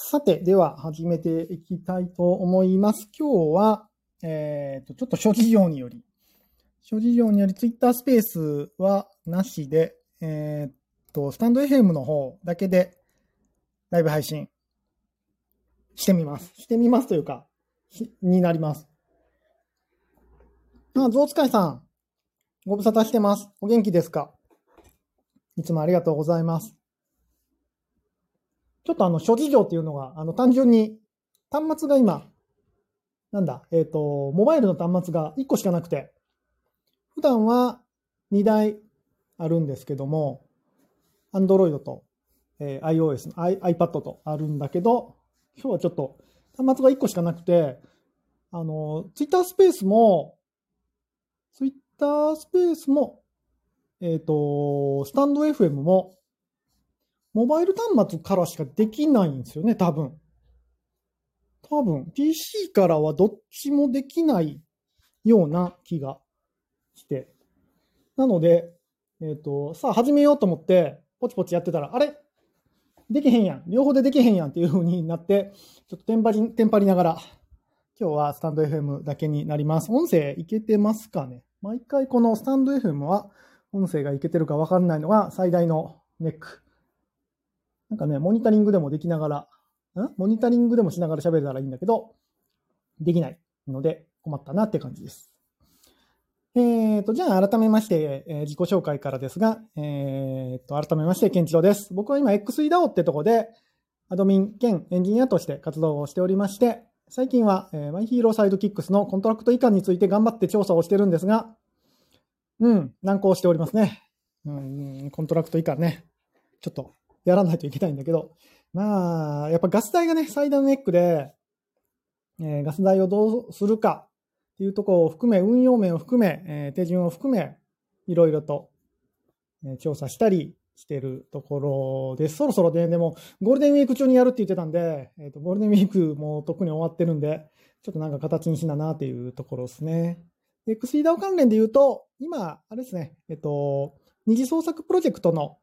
さて、では始めていきたいと思います。今日は、ちょっと諸事情により、Twitter スペースはなしで、スタンド FM の方だけでライブ配信してみます。というか、になります。ゾウ使いさん、ご無沙汰してます。お元気ですか？いつもありがとうございます。ちょっと諸事情っていうのが、単純に端末が今、モバイルの端末が1個しかなくて、普段は2台あるんですけども、Android と、iOS、iPad とあるんだけど、今日はちょっと端末が1個しかなくて、Twitter スペースも、スタンド FM も、モバイル端末からしかできないんですよね、多分。PC からはどっちもできないような気がして。なので、さあ始めようと思って、ポチポチやってたら、あれできへんやん。両方でできへんやんっていう風になって、ちょっとテンパりながら、今日はスタンド FM だけになります。音声いけてますかね？毎回このスタンド FM は、音声がいけてるかわかんないのが最大のネック。なんかね、モニタリングでもしながら喋れたらいいんだけど、できないので困ったなって感じです。じゃあ改めまして、自己紹介からですが、改めまして、ケンチロです。僕は今 XEDAO ってとこで、アドミン兼エンジニアとして活動をしておりまして、最近は、マイヒーローサイドキックスのコントラクト移管について頑張って調査をしてるんですが、難航しておりますね。コントラクト移管ね。ちょっとやらないといけないんだけど、やっぱガス代がね、最大のネックで、ガス代をどうするかっていうところを含め、運用面を含め、手順を含め、いろいろと、調査したりしているところです。そろそろね、でも、ゴールデンウィーク中にやるって言ってたんで、ゴールデンウィークもとっくに終わってるんで、ちょっとなんか形にしなっていうところですね。XEDAO 関連で言うと、今、あれですね、二次創作プロジェクトの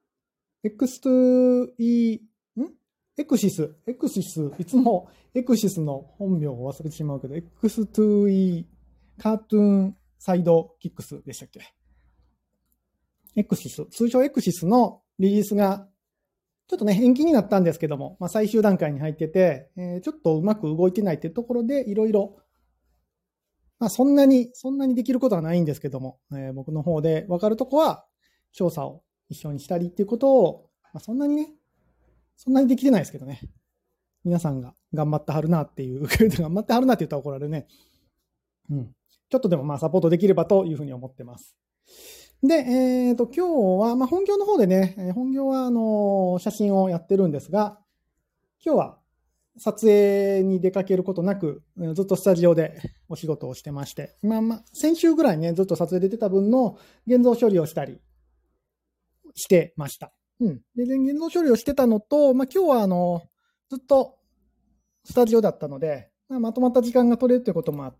エクシス、いつもエクシスの本名を忘れてしまうけど、X2E カートゥーンサイドキックスでしたっけ？エクシス、通称エクシスのリリースがちょっとね、延期になったんですけども、最終段階に入ってて、ちょっとうまく動いてないっていうところで、いろいろ、そんなにできることはないんですけども、僕の方で分かるとこは、調査を一緒にしたりっていうことを、そんなにできてないですけどね。皆さんが頑張ってはるなっていう、頑張ってはるなって言ったら怒られるね。ちょっとでもサポートできればというふうに思ってます。で、今日は、本業の方でね、本業は写真をやってるんですが、今日は撮影に出かけることなく、ずっとスタジオでお仕事をしてまして、先週ぐらいね、ずっと撮影で出てた分の現像処理をしたりしてました。で、現像処理をしてたのと、今日はずっとスタジオだったので、まとまった時間が取れるということもあって、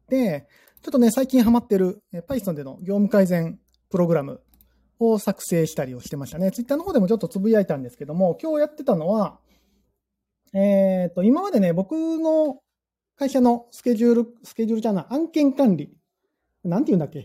ちょっとね、最近ハマってる Python での業務改善プログラムを作成したりをしてましたね。Twitter の方でもちょっとつぶやいたんですけども、今日やってたのは、今までね、僕の会社のスケジュールじゃない、案件管理。なんて言うんだっけ？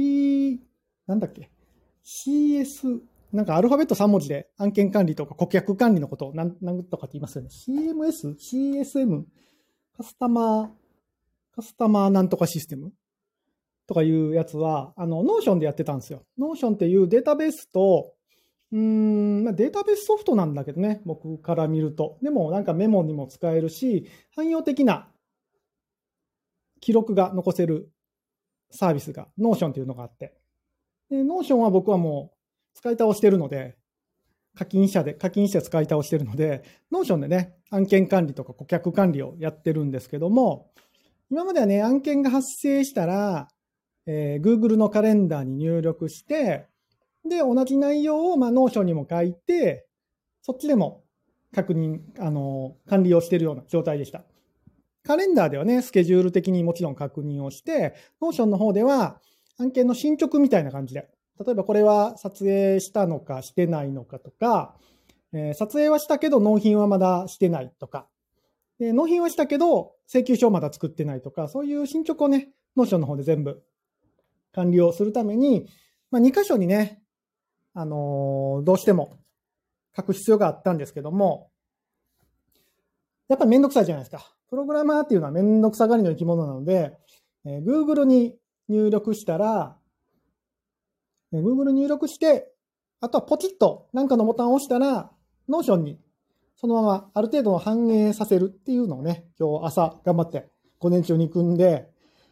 CS、なんかアルファベット3文字で案件管理とか顧客管理のことをなんとかって言いますよね。CMS、CSM、カスタマーなんとかシステムとかいうやつは、Notion でやってたんですよ。Notion っていうデータベースと、データベースソフトなんだけどね、僕から見ると。でもなんかメモにも使えるし、汎用的な記録が残せるサービスが Notion っていうのがあって。で、Notion は僕はもう使い倒してるので、課金者使い倒してるので、Notion でね、案件管理とか顧客管理をやってるんですけども、今まではね、案件が発生したら、Google のカレンダーに入力して、で、同じ内容をNotionにも書いて、そっちでも管理をしているような状態でした。カレンダーではね、スケジュール的にもちろん確認をして、Notionの方では案件の進捗みたいな感じで、例えばこれは撮影したのかしてないのかとか、撮影はしたけど納品はまだしてないとか、 で納品はしたけど、請求書をまだ作ってないとか、そういう進捗をね、ノーションの方で全部完了するために、2箇所にね、どうしても書く必要があったんですけども、やっぱりめんどくさいじゃないですか。プログラマーっていうのはめんどくさがりの生き物なので、Google に入力したら、Google 入力して、あとはポチッと何かのボタンを押したら、Notion にそのままある程度の反映させるっていうのをね、今日朝頑張って午前中に組んで、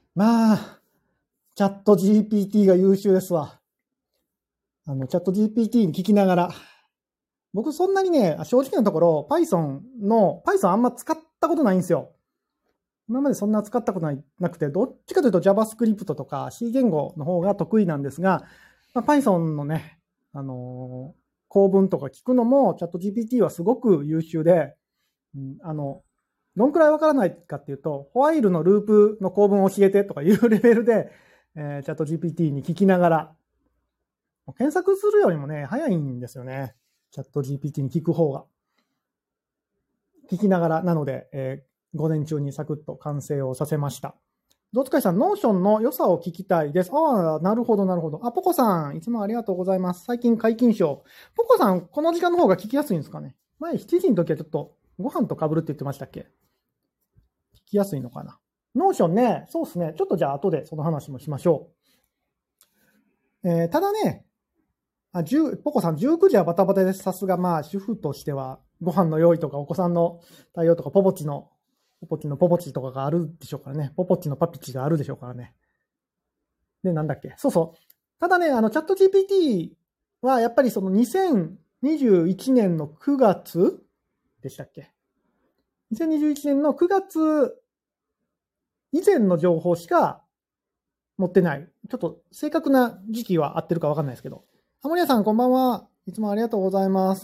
チャット GPT が優秀ですわ。チャット GPT に聞きながら、僕そんなにね、正直なところ Python あんま使ったことないんですよ。今までそんな使ったことなくて、どっちかというと JavaScript とか C 言語の方が得意なんですが、Python のね、構文とか聞くのもチャット GPT はすごく優秀で、どんくらいわからないかっていうと、ホワイルのループの構文を教えてとかいうレベルで、チャット GPT に聞きながら、検索するよりもね、早いんですよね。チャット GPT に聞く方が。聞きながら、なので、午前中にサクッと完成をさせました。ゾツカイさん、ノーションの良さを聞きたいです。ああ、なるほど、なるほど。ポコさん、いつもありがとうございます。最近解禁賞。ポコさん、この時間の方が聞きやすいんですかね。前7時の時はちょっとご飯と被るって言ってましたっけ。聞きやすいのかな。ノーションね、そうですね。ちょっとじゃあ後でその話もしましょう。ただね、ポコさん、19時はバタバタです。さすが主婦としては、ご飯の用意とかお子さんの対応とか、ポポチのポポチとかがあるでしょうからね。ポポチのパピチがあるでしょうからね。で、なんだっけ。そうそう。ただね、チャット GPT はやっぱりその2021年の9月でしたっけ。2021年の9月以前の情報しか持ってない。ちょっと正確な時期は合ってるかわかんないですけど。アモリアさんこんばんは。いつもありがとうございます。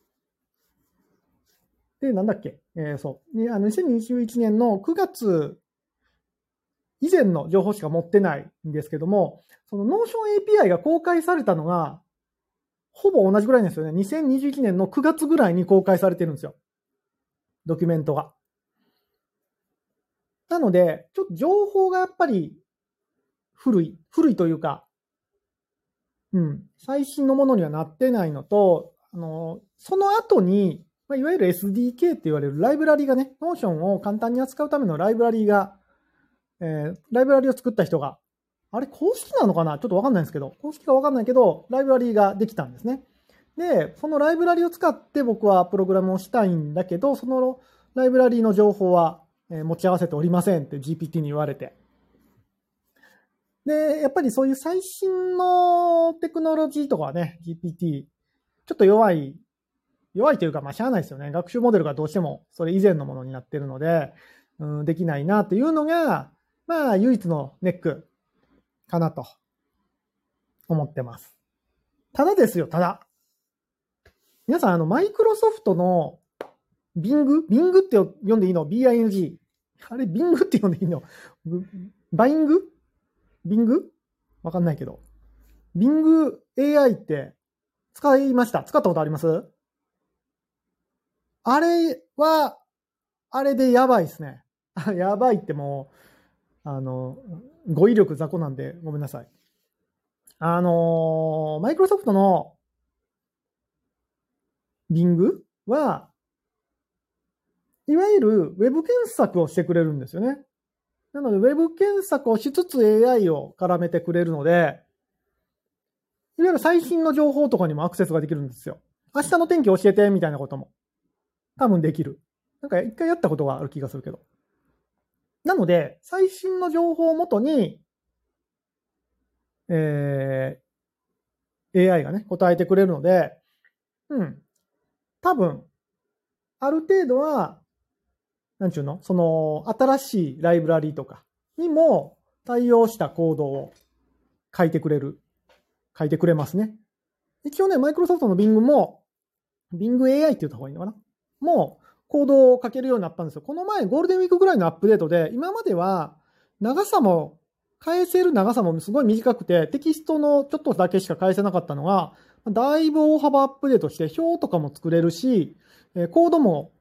で、なんだっけ。そう。2021年の9月以前の情報しか持ってないんですけども、その Notion API が公開されたのが、ほぼ同じぐらいですよね。2021年の9月ぐらいに公開されてるんですよ。ドキュメントが。なので、ちょっと情報がやっぱり古いというか、最新のものにはなってないのと、その後に、いわゆる SDK って言われるライブラリがね、Notion を簡単に扱うためのライブラリが、ライブラリを作った人が、あれ公式なのかなちょっとわかんないんですけど、公式かわかんないけど、ライブラリができたんですね。で、そのライブラリを使って僕はプログラムをしたいんだけど、そのライブラリの情報は持ち合わせておりませんって GPT に言われて。で、やっぱりそういう最新のテクノロジーとかはね、GPT、ちょっと弱いというか、しゃあないですよね。学習モデルがどうしてもそれ以前のものになってるので、できないなっていうのが、唯一のネックかなと思ってます。ただですよ、ただ。皆さん、マイクロソフトのBing って読んでいいの ?Bing。あれ、Bing って読んでいいのバイングわかんないけど。Bing AI って使いました？使ったことあります？あれは、あれでやばいですね。やばいってもう、語彙力雑魚なんでごめんなさい。マイクロソフトのBing は、いわゆるウェブ検索をしてくれるんですよね。なので、ウェブ検索をしつつ AI を絡めてくれるので、いわゆる最新の情報とかにもアクセスができるんですよ。明日の天気教えてみたいなことも多分できる。なんか一回やったことがある気がするけど。なので、最新の情報をもとに、AI がね、答えてくれるので、多分、ある程度は、その、新しいライブラリとかにも対応したコードを書いてくれますね。一応ね、マイクロソフトの Bing も、Bing AI って言った方がいいのかなもう、コードを書けるようになったんですよ。この前、ゴールデンウィークぐらいのアップデートで、今までは、返せる長さもすごい短くて、テキストのちょっとだけしか返せなかったのが、だいぶ大幅アップデートして、表とかも作れるし、コードも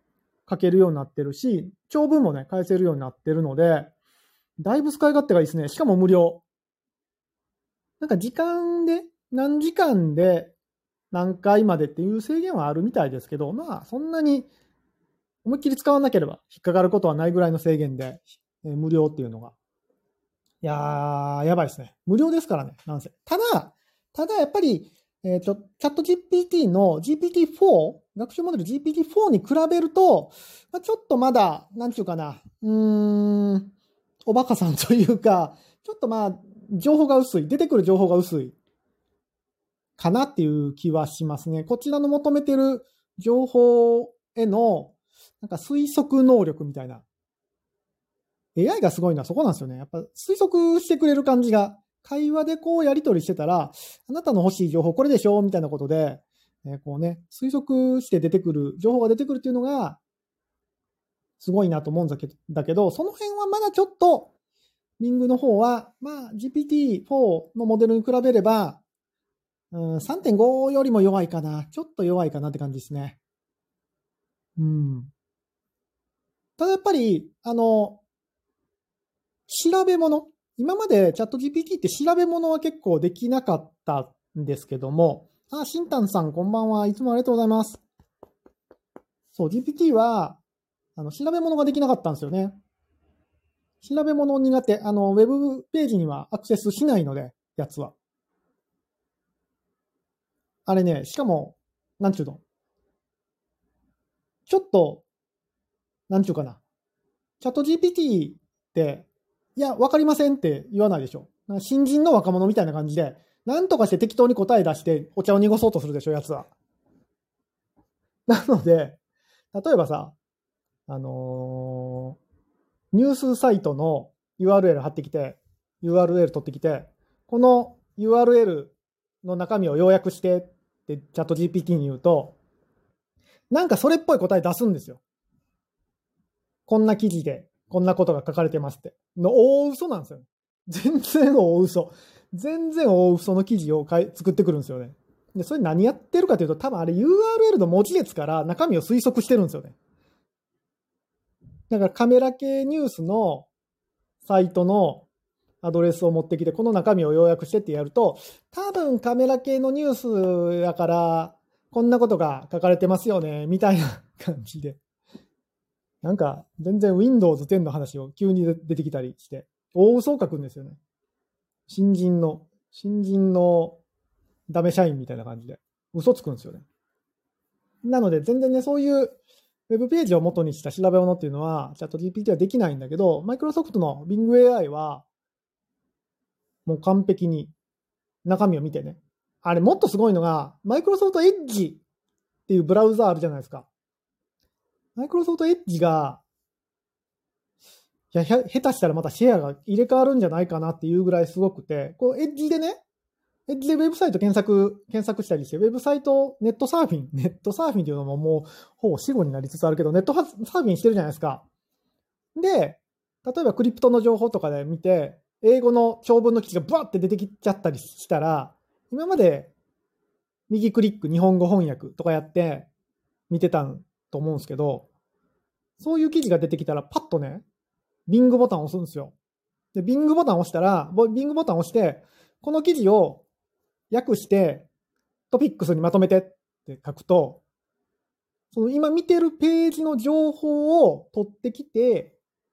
書けるようになってるし、長文もね、返せるようになってるので、だいぶ使い勝手がいいですね。しかも無料。なんか時間で、何時間で何回までっていう制限はあるみたいですけど、まあそんなに思いっきり使わなければ引っかかることはないぐらいの制限で、無料っていうのが。いやー、やばいですね。無料ですからね、なんせ。ただやっぱり、チャット GPT の GPT-4、学習モデル GPT-4 に比べると、ちょっとまだ、なんちゅうかな、おバカさんというか、ちょっと情報が薄い、出てくる情報が薄い、かなっていう気はしますね。こちらの求めてる情報への、なんか推測能力みたいな。AI がすごいのはそこなんですよね。やっぱ推測してくれる感じが、会話でこうやり取りしてたら、あなたの欲しい情報これでしょみたいなことで、こうね、推測して出てくる、情報が出てくるっていうのが、すごいなと思うんだけど、その辺はまだちょっと、Bing の方は、GPT-4 のモデルに比べれば、3.5 よりも弱いかな。ちょっと弱いかなって感じですね。ただやっぱり、調べ物。今までチャット GPT って調べ物は結構できなかったんですけども、しんたんさんこんばんは。いつもありがとうございます。そう、GPT は、調べ物ができなかったんですよね。調べ物苦手。ウェブページにはアクセスしないので、やつは。あれね、しかも、なんちゅうの。ちょっと、なんちゅうかな。チャット GPT って、いや、わかりませんって言わないでしょ。新人の若者みたいな感じで、なんとかして適当に答え出してお茶を濁そうとするでしょ、やつは。なので、例えばさ、ニュースサイトの URL 貼ってきて、URL 取ってきて、この URL の中身を要約してってチャット GPT に言うと、なんかそれっぽい答え出すんですよ。こんな記事で、こんなことが書かれてますって。大嘘なんですよ。全然大嘘。全然大嘘の記事を作ってくるんですよね。で、それ何やってるかというと、多分あれ URL の文字列から中身を推測してるんですよね。だからカメラ系ニュースのサイトのアドレスを持ってきて、この中身を要約してってやると、多分カメラ系のニュースやから、こんなことが書かれてますよね、みたいな感じで。なんか、全然 Windows 10の話を急に出てきたりして、大嘘を書くんですよね。新人のダメ社員みたいな感じで、嘘つくんですよね。なので、全然ね、そういうウェブページを元にした調べ物っていうのは、チャット GPT はできないんだけど、マイクロソフトの Bing AI は、もう完璧に中身を見てね。あれ、もっとすごいのが、マイクロソフトエッジっていうブラウザあるじゃないですか。マイクロソフトエッジが、いや、下手したらまたシェアが入れ替わるんじゃないかなっていうぐらいすごくて、こう、エッジでウェブサイト検索したりして、ウェブサイト、ネットサーフィンっていうのももう、ほぼ死語になりつつあるけど、ネットサーフィンしてるじゃないですか。で、例えばクリプトの情報とかで見て、英語の長文の記事がバーって出てきちゃったりしたら、今まで右クリック日本語翻訳とかやって見てたと思うんですけど、そういう記事が出てきたらパッとね、ビングボタンを押すんですよ。で、ビングボタンを押したら、ビングボタンを押して、この記事を訳してトピックスにまとめてって書くと、その今見てるページの情報を取ってきて、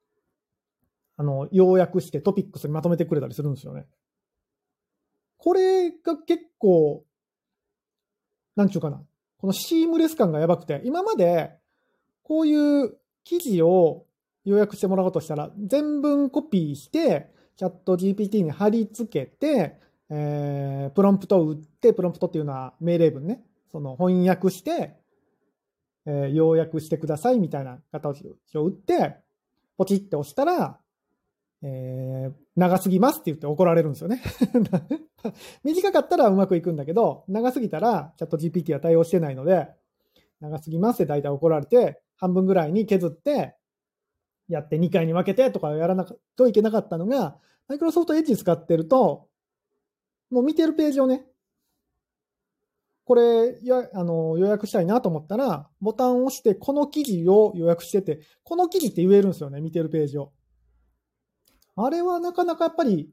要約してトピックスにまとめてくれたりするんですよね。これが結構、なんちゅうかな。このシームレス感がやばくて、今までこういう記事を要約してもらおうとしたら、全文コピーして、チャット GPT に貼り付けて、プロンプトを打って、プロンプトっていうのは命令文ね。その翻訳して、要約してくださいみたいな形を打って、ポチって押したら、長すぎますって言って怒られるんですよね。短かったらうまくいくんだけど、長すぎたらチャット GPT は対応してないので、長すぎますって大体怒られて、半分ぐらいに削って、やって2回に分けてとかやらなといけなかったのが、マイクロソフトエッジ使ってると、もう見てるページをね、 これ予約したいなと思ったら、ボタンを押して、この記事を予約してて、この記事って言えるんですよね、見てるページを。あれはなかなかやっぱり、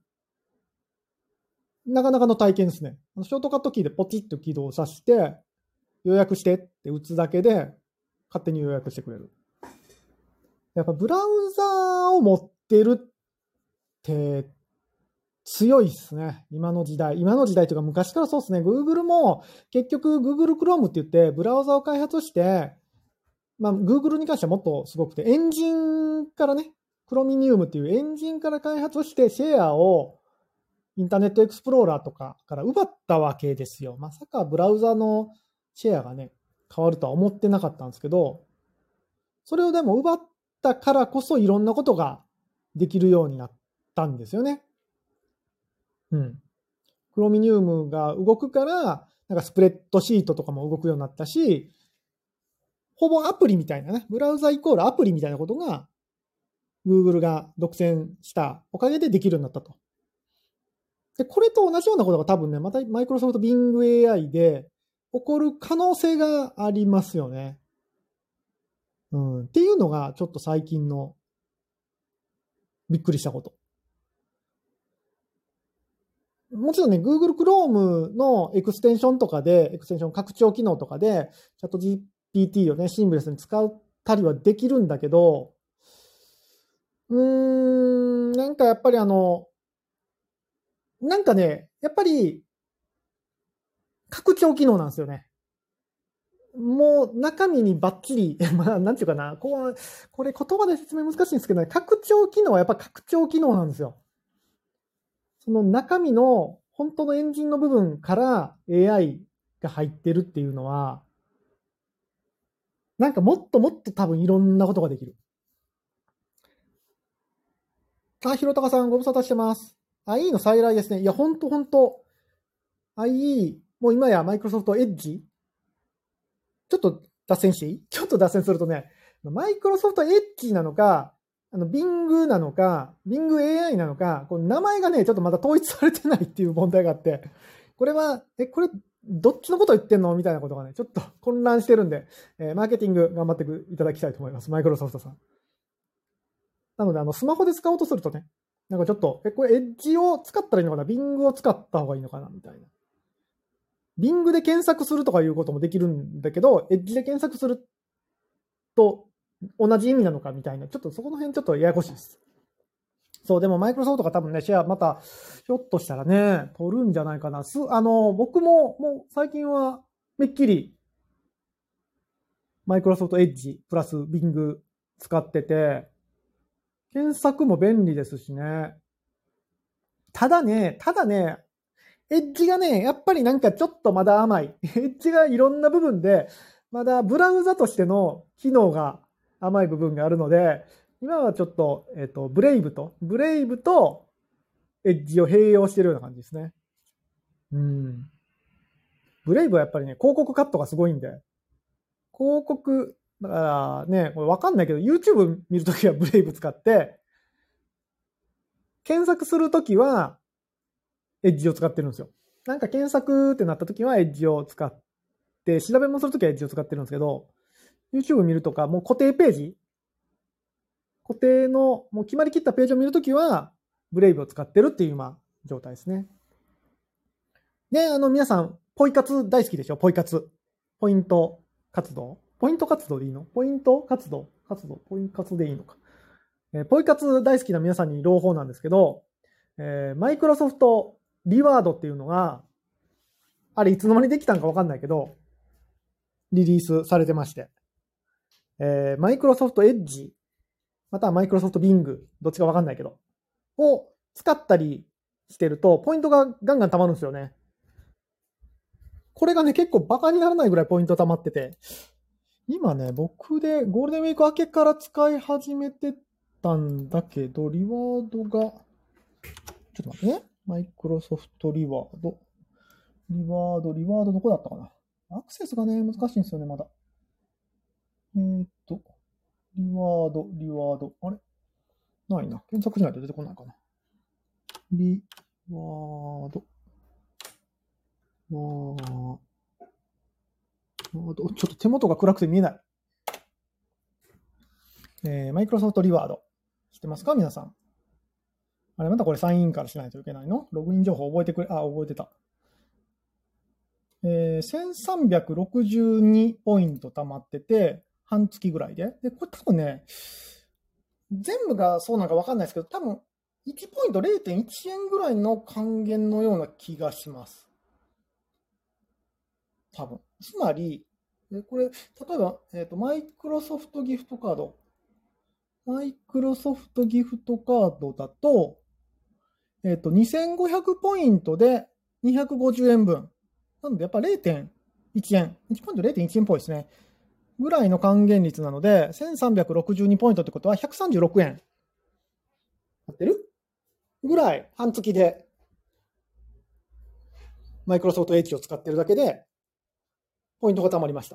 なかなかの体験ですね。ショートカットキーでポチッと起動させて、予約してって打つだけで、勝手に予約してくれる。やっぱブラウザーを持ってるって強いですね。今の時代。今の時代というか昔からそうですね。Google も結局 Google Chrome って言ってブラウザを開発して、まあ Google に関してはもっとすごくて、エンジンからね、Chromium っていうエンジンから開発してシェアをインターネットエクスプローラーとかから奪ったわけですよ。まさかブラウザのシェアがね、変わるとは思ってなかったんですけど、それをでも奪ったからこそいろんなことができるようになったんですよね。うん。クロミニウムが動くから、なんかスプレッドシートとかも動くようになったし、ほぼアプリみたいなね、ブラウザイコールアプリみたいなことが、Google が独占したおかげでできるようになったと。で、これと同じようなことが多分ね、またマイクロソフト Bing AI で起こる可能性がありますよね。っていうのがちょっと最近のびっくりしたこと。もちろんね、Google Chrome のエクステンションとかで、エクステンション拡張機能とかで、チャット GPT をね、シングレスに使ったりはできるんだけど、なんかやっぱりなんかね、やっぱり、拡張機能なんですよね。もう中身にバッチリ、まあ、なんていうかな、これ言葉で説明難しいんですけどね、拡張機能はやっぱ拡張機能なんですよ。その中身の本当のエンジンの部分から AI が入ってるっていうのは、なんかもっともっと多分いろんなことができる。ひろたかさんご無沙汰してます。IE の再来ですね。いや、ほんと。IE、もう今やマイクロソフトエッジちょっと脱線していい？ちょっと脱線するとね、マイクロソフトエッジなのか、Bing なのか、Bing AI なのか、この名前がね、ちょっとまだ統一されてないっていう問題があって、これは、これ、どっちのこと言ってんのみたいなことがね、ちょっと混乱してるんで、マーケティング頑張っていただきたいと思います。マイクロソフトさん。なので、スマホで使おうとするとね、なんかちょっと、これエッジを使ったらいいのかな ?Bing を使った方がいいのかなみたいな。Bing で検索するとかいうこともできるんだけど、エッジで検索すると同じ意味なのかみたいな、ちょっとそこの辺ちょっとややこしいです。そう、でもマイクロソフトが多分ね、シェアまた、ひょっとしたらね、取るんじゃないかな。僕ももう最近はめっきり、マイクロソフトエッジプラス Bing 使ってて、検索も便利ですしね。ただね、エッジがね、やっぱりなんかちょっとまだ甘い。エッジがいろんな部分で、まだブラウザとしての機能が甘い部分があるので、今はちょっと、ブレイブとエッジを併用してるような感じですね。ブレイブはやっぱりね、広告カットがすごいんで、広告、だからね、これわかんないけど、YouTube 見るときはブレイブ使って、検索するときは、エッジを使ってるんですよ。なんか検索ってなったときはエッジを使って、調べ物するときはエッジを使ってるんですけど、YouTube 見るとか、もう固定ページ固定の、もう決まりきったページを見るときは、ブレイブを使ってるっていう今、状態ですね。で、皆さん、ポイ活大好きでしょ？ポイ活。ポイント活動でいいの？ポイント活動ポイ活でいいのか。ポイ活大好きな皆さんに朗報なんですけど、マイクロソフトリワードっていうのが、あれいつの間にできたんかわかんないけど、リリースされてまして、マイクロソフトエッジ、またはマイクロソフトビング、どっちかわかんないけど、を使ったりしてると、ポイントがガンガン溜まるんですよね。これがね、結構バカにならないぐらいポイント溜まってて、今ね、僕でゴールデンウィーク明けから使い始めてたんだけど、リワードが、ちょっと待ってね。マイクロソフトリワード。リワードどこだったかな。アクセスがね、難しいんですよね、まだ。リワード。あれないな。検索しないと出てこないかな。リワード。 ちょっと手元が暗くて見えない。マイクロソフトリワード。知ってますか皆さん。あれ、またこれサインインからしないといけないの？ログイン情報覚えてくれ、覚えてた。1362ポイント貯まってて、半月ぐらいで。で、これ多分ね、全部がそうなんかわかんないですけど、多分、1ポイント 0.1 円ぐらいの還元のような気がします。多分。つまり、これ、例えば、マイクロソフトギフトカード。マイクロソフトギフトカードだと、2500ポイントで250円分。なので、やっぱ 0.1 円。1ポイント 0.1 円っぽいですね。ぐらいの還元率なので、1362ポイントってことは136円。合ってるぐらい、半月で、マイクロソフト Edge を使ってるだけで、ポイントが貯まりました。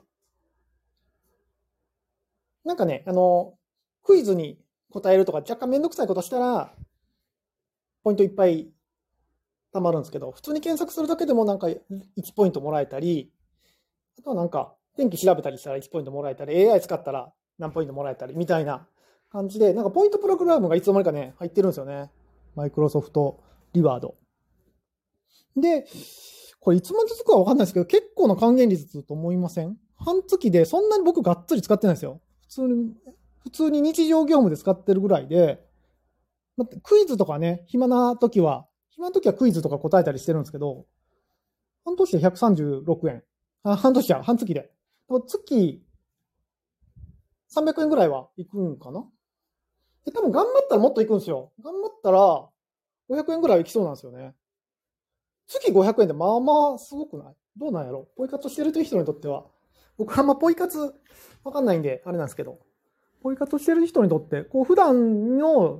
なんかね、クイズに答えるとか若干めんどくさいことしたら、ポイントいっぱい貯まるんですけど、普通に検索するだけでもなんか1ポイントもらえたり、あとはなんか天気調べたりしたら1ポイントもらえたり、AI 使ったら何ポイントもらえたりみたいな感じで、なんかポイントプログラムがいつの間にかね、入ってるんですよね。マイクロソフトリワード。で、これいつまで続くかわかんないですけど、結構な還元率と思いません？半月でそんなに僕がっつり使ってないですよ。普通に日常業務で使ってるぐらいで、クイズとかね、暇な時はクイズとか答えたりしてるんですけど、半年で136円。半月で。月300円ぐらいは行くんかな？で、多分頑張ったらもっと行くんですよ。頑張ったら500円ぐらいは行きそうなんですよね。月500円でまあまあすごくない？どうなんやろ？ポイ活してる人にとっては。僕あんまポイ活わかんないんで、あれなんですけど。ポイ活してる人にとって、こう普段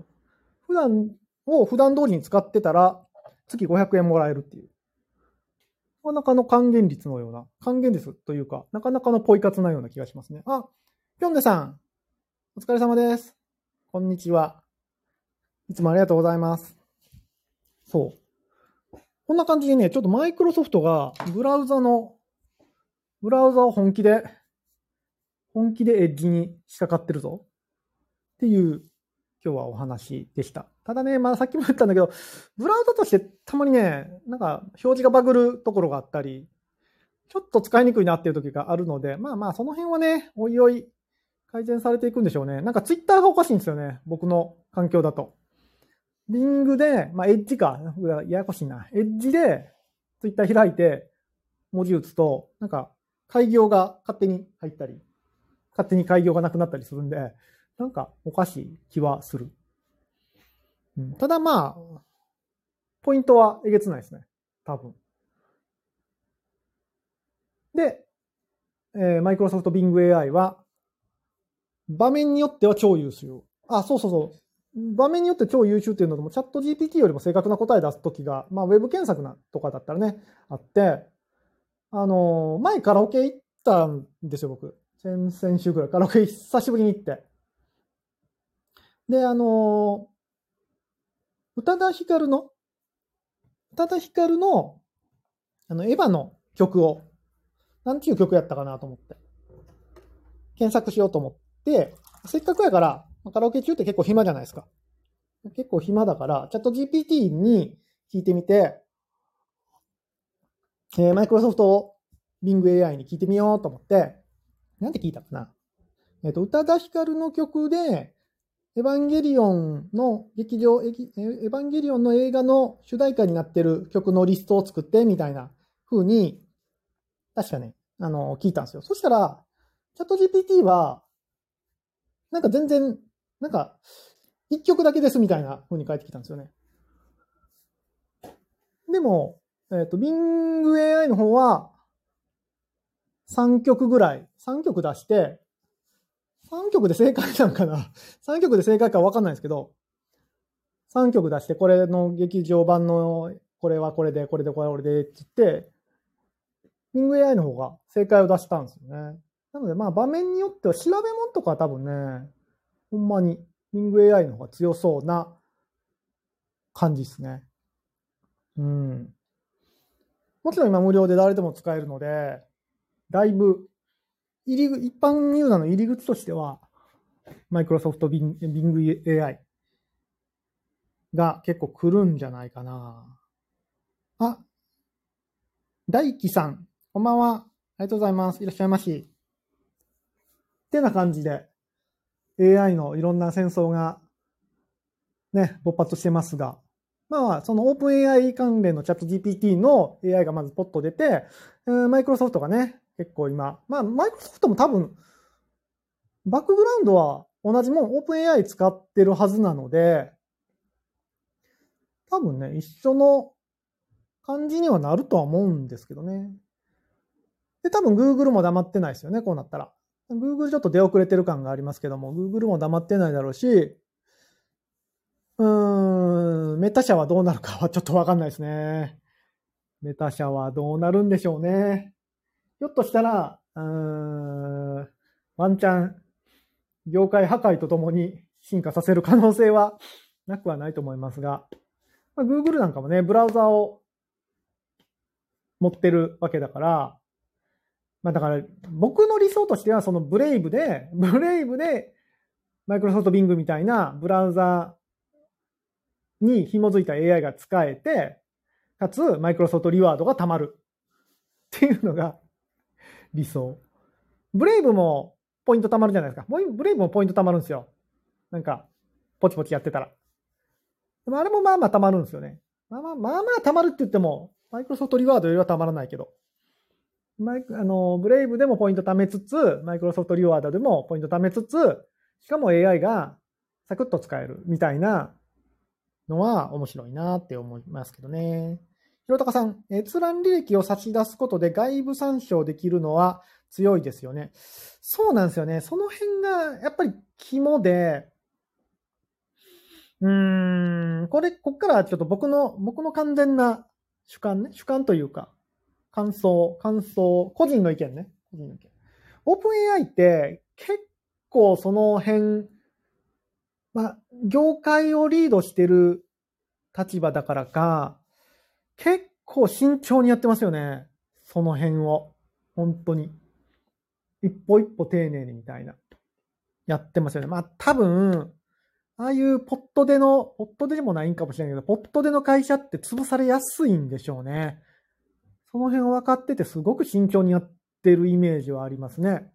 を普段通りに使ってたら、月500円もらえるっていう。なかなかの還元率のような、還元率というか、なかなかのポイ活なような気がしますね。あ、ぴょんでさん、お疲れ様です。こんにちは。いつもありがとうございます。そう。こんな感じでね、ちょっとマイクロソフトがブラウザを本気でエッジに仕掛かってるぞっていう今日はお話でした。ただね、さっきも言ったんだけど、ブラウザとしてたまにね、なんか表示がバグるところがあったり、ちょっと使いにくいなっていう時があるので、その辺はね、おいおい改善されていくんでしょうね。なんかツイッターがおかしいんですよね。僕の環境だと。Bing で、エッジか。ややこしいな。エッジでツイッター開いて文字打つと、なんか開業が勝手に入ったり、勝手に開業がなくなったりするんで、なんかおかしい気はする。ただポイントはえげつないですね。多分。で、マイクロソフト Bing AI は、場面によっては超優秀。そう。場面によって超優秀っていうのも、チャット GPT よりも正確な答え出すときが、ウェブ検索とかだったらね、あって、前カラオケ行ったんですよ、僕。先々週ぐらいカラオケ久しぶりに行って。で、宇多田ヒカルの、エヴァの曲を、なんていう曲やったかなと思って、検索しようと思って、せっかくやから、カラオケ中って結構暇じゃないですか。結構暇だから、チャット GPT に聞いてみて、マイクロソフト Bing AI に聞いてみようと思って、なんて聞いたかな。宇多田ヒカルの曲で、エヴァンゲリオンの映画の主題歌になってる曲のリストを作ってみたいな風に、確かね、聞いたんですよ。そしたら、チャット GPT は、なんか全然、なんか、一曲だけですみたいな風に返ってきたんですよね。でも、Bing AI の方は、3曲ぐらい、3曲出して、3曲で正解なんかな3曲で正解か分かんないですけど、3曲出して、これの劇場版の、これはこれで、これで、これはこれで、って言って、Bing AI の方が正解を出したんですよね。なので、場面によっては調べ物とかは多分ね、ほんまに Bing AI の方が強そうな感じですね。もちろん今無料で誰でも使えるので、だいぶ一般ユーザーの入り口としては、マイクロソフト Bing AI が結構来るんじゃないかな。あ、大輝さん、こんばんは。ありがとうございます。いらっしゃいまし。ってな感じで、AI のいろんな戦争が、ね、勃発してますが、まあ、そのオープン AI 関連のチャット GPT の AI がまずポッと出て、マイクロソフトがね、結構今、まあ、マイクロソフトも多分、バックグラウンドは同じもん、オープン AI 使ってるはずなので、多分ね、一緒の感じにはなるとは思うんですけどね。で、多分 Google も黙ってないですよね、こうなったら。Google ちょっと出遅れてる感がありますけども、Google も黙ってないだろうし、メタ社はどうなるかはちょっとわかんないですね。メタ社はどうなるんでしょうね。ひょっとしたら、ワンチャン、業界破壊とともに進化させる可能性はなくはないと思いますが、まあ、Google なんかもね、ブラウザを持ってるわけだから、まあだから僕の理想としてはそのブレイブで、マイクロソフト Bing みたいなブラウザに紐づいた AI が使えて、かつマイクロソフトリワードが貯まるっていうのが理想。ブレイブもポイント貯まるじゃないですか。ブレイブもポイント貯まるんですよ。なんか、ポチポチやってたら。でもあれもまあまあ貯まるんですよね。まあ貯まるって言っても、マイクロソフトリワードよりは貯まらないけど。ブレイブでもポイント貯めつつ、マイクロソフトリワードでもポイント貯めつつ、しかも AI がサクッと使えるみたいなのは面白いなって思いますけどね。ひろたかさん、閲覧履歴を差し出すことで外部参照できるのは強いですよね。そうなんですよね。その辺がやっぱり肝で、こっからちょっと僕の完全な主観というか、感想、個人の意見ね。オープン AI って結構その辺、まあ、業界をリードしてる立場だからか、結構慎重にやってますよね。その辺を。本当に。一歩一歩丁寧にみたいな。やってますよね。まあ多分、ああいうポットでもないんかもしれないけど、ポットでの会社って潰されやすいんでしょうね。その辺を分かっててすごく慎重にやってるイメージはありますね。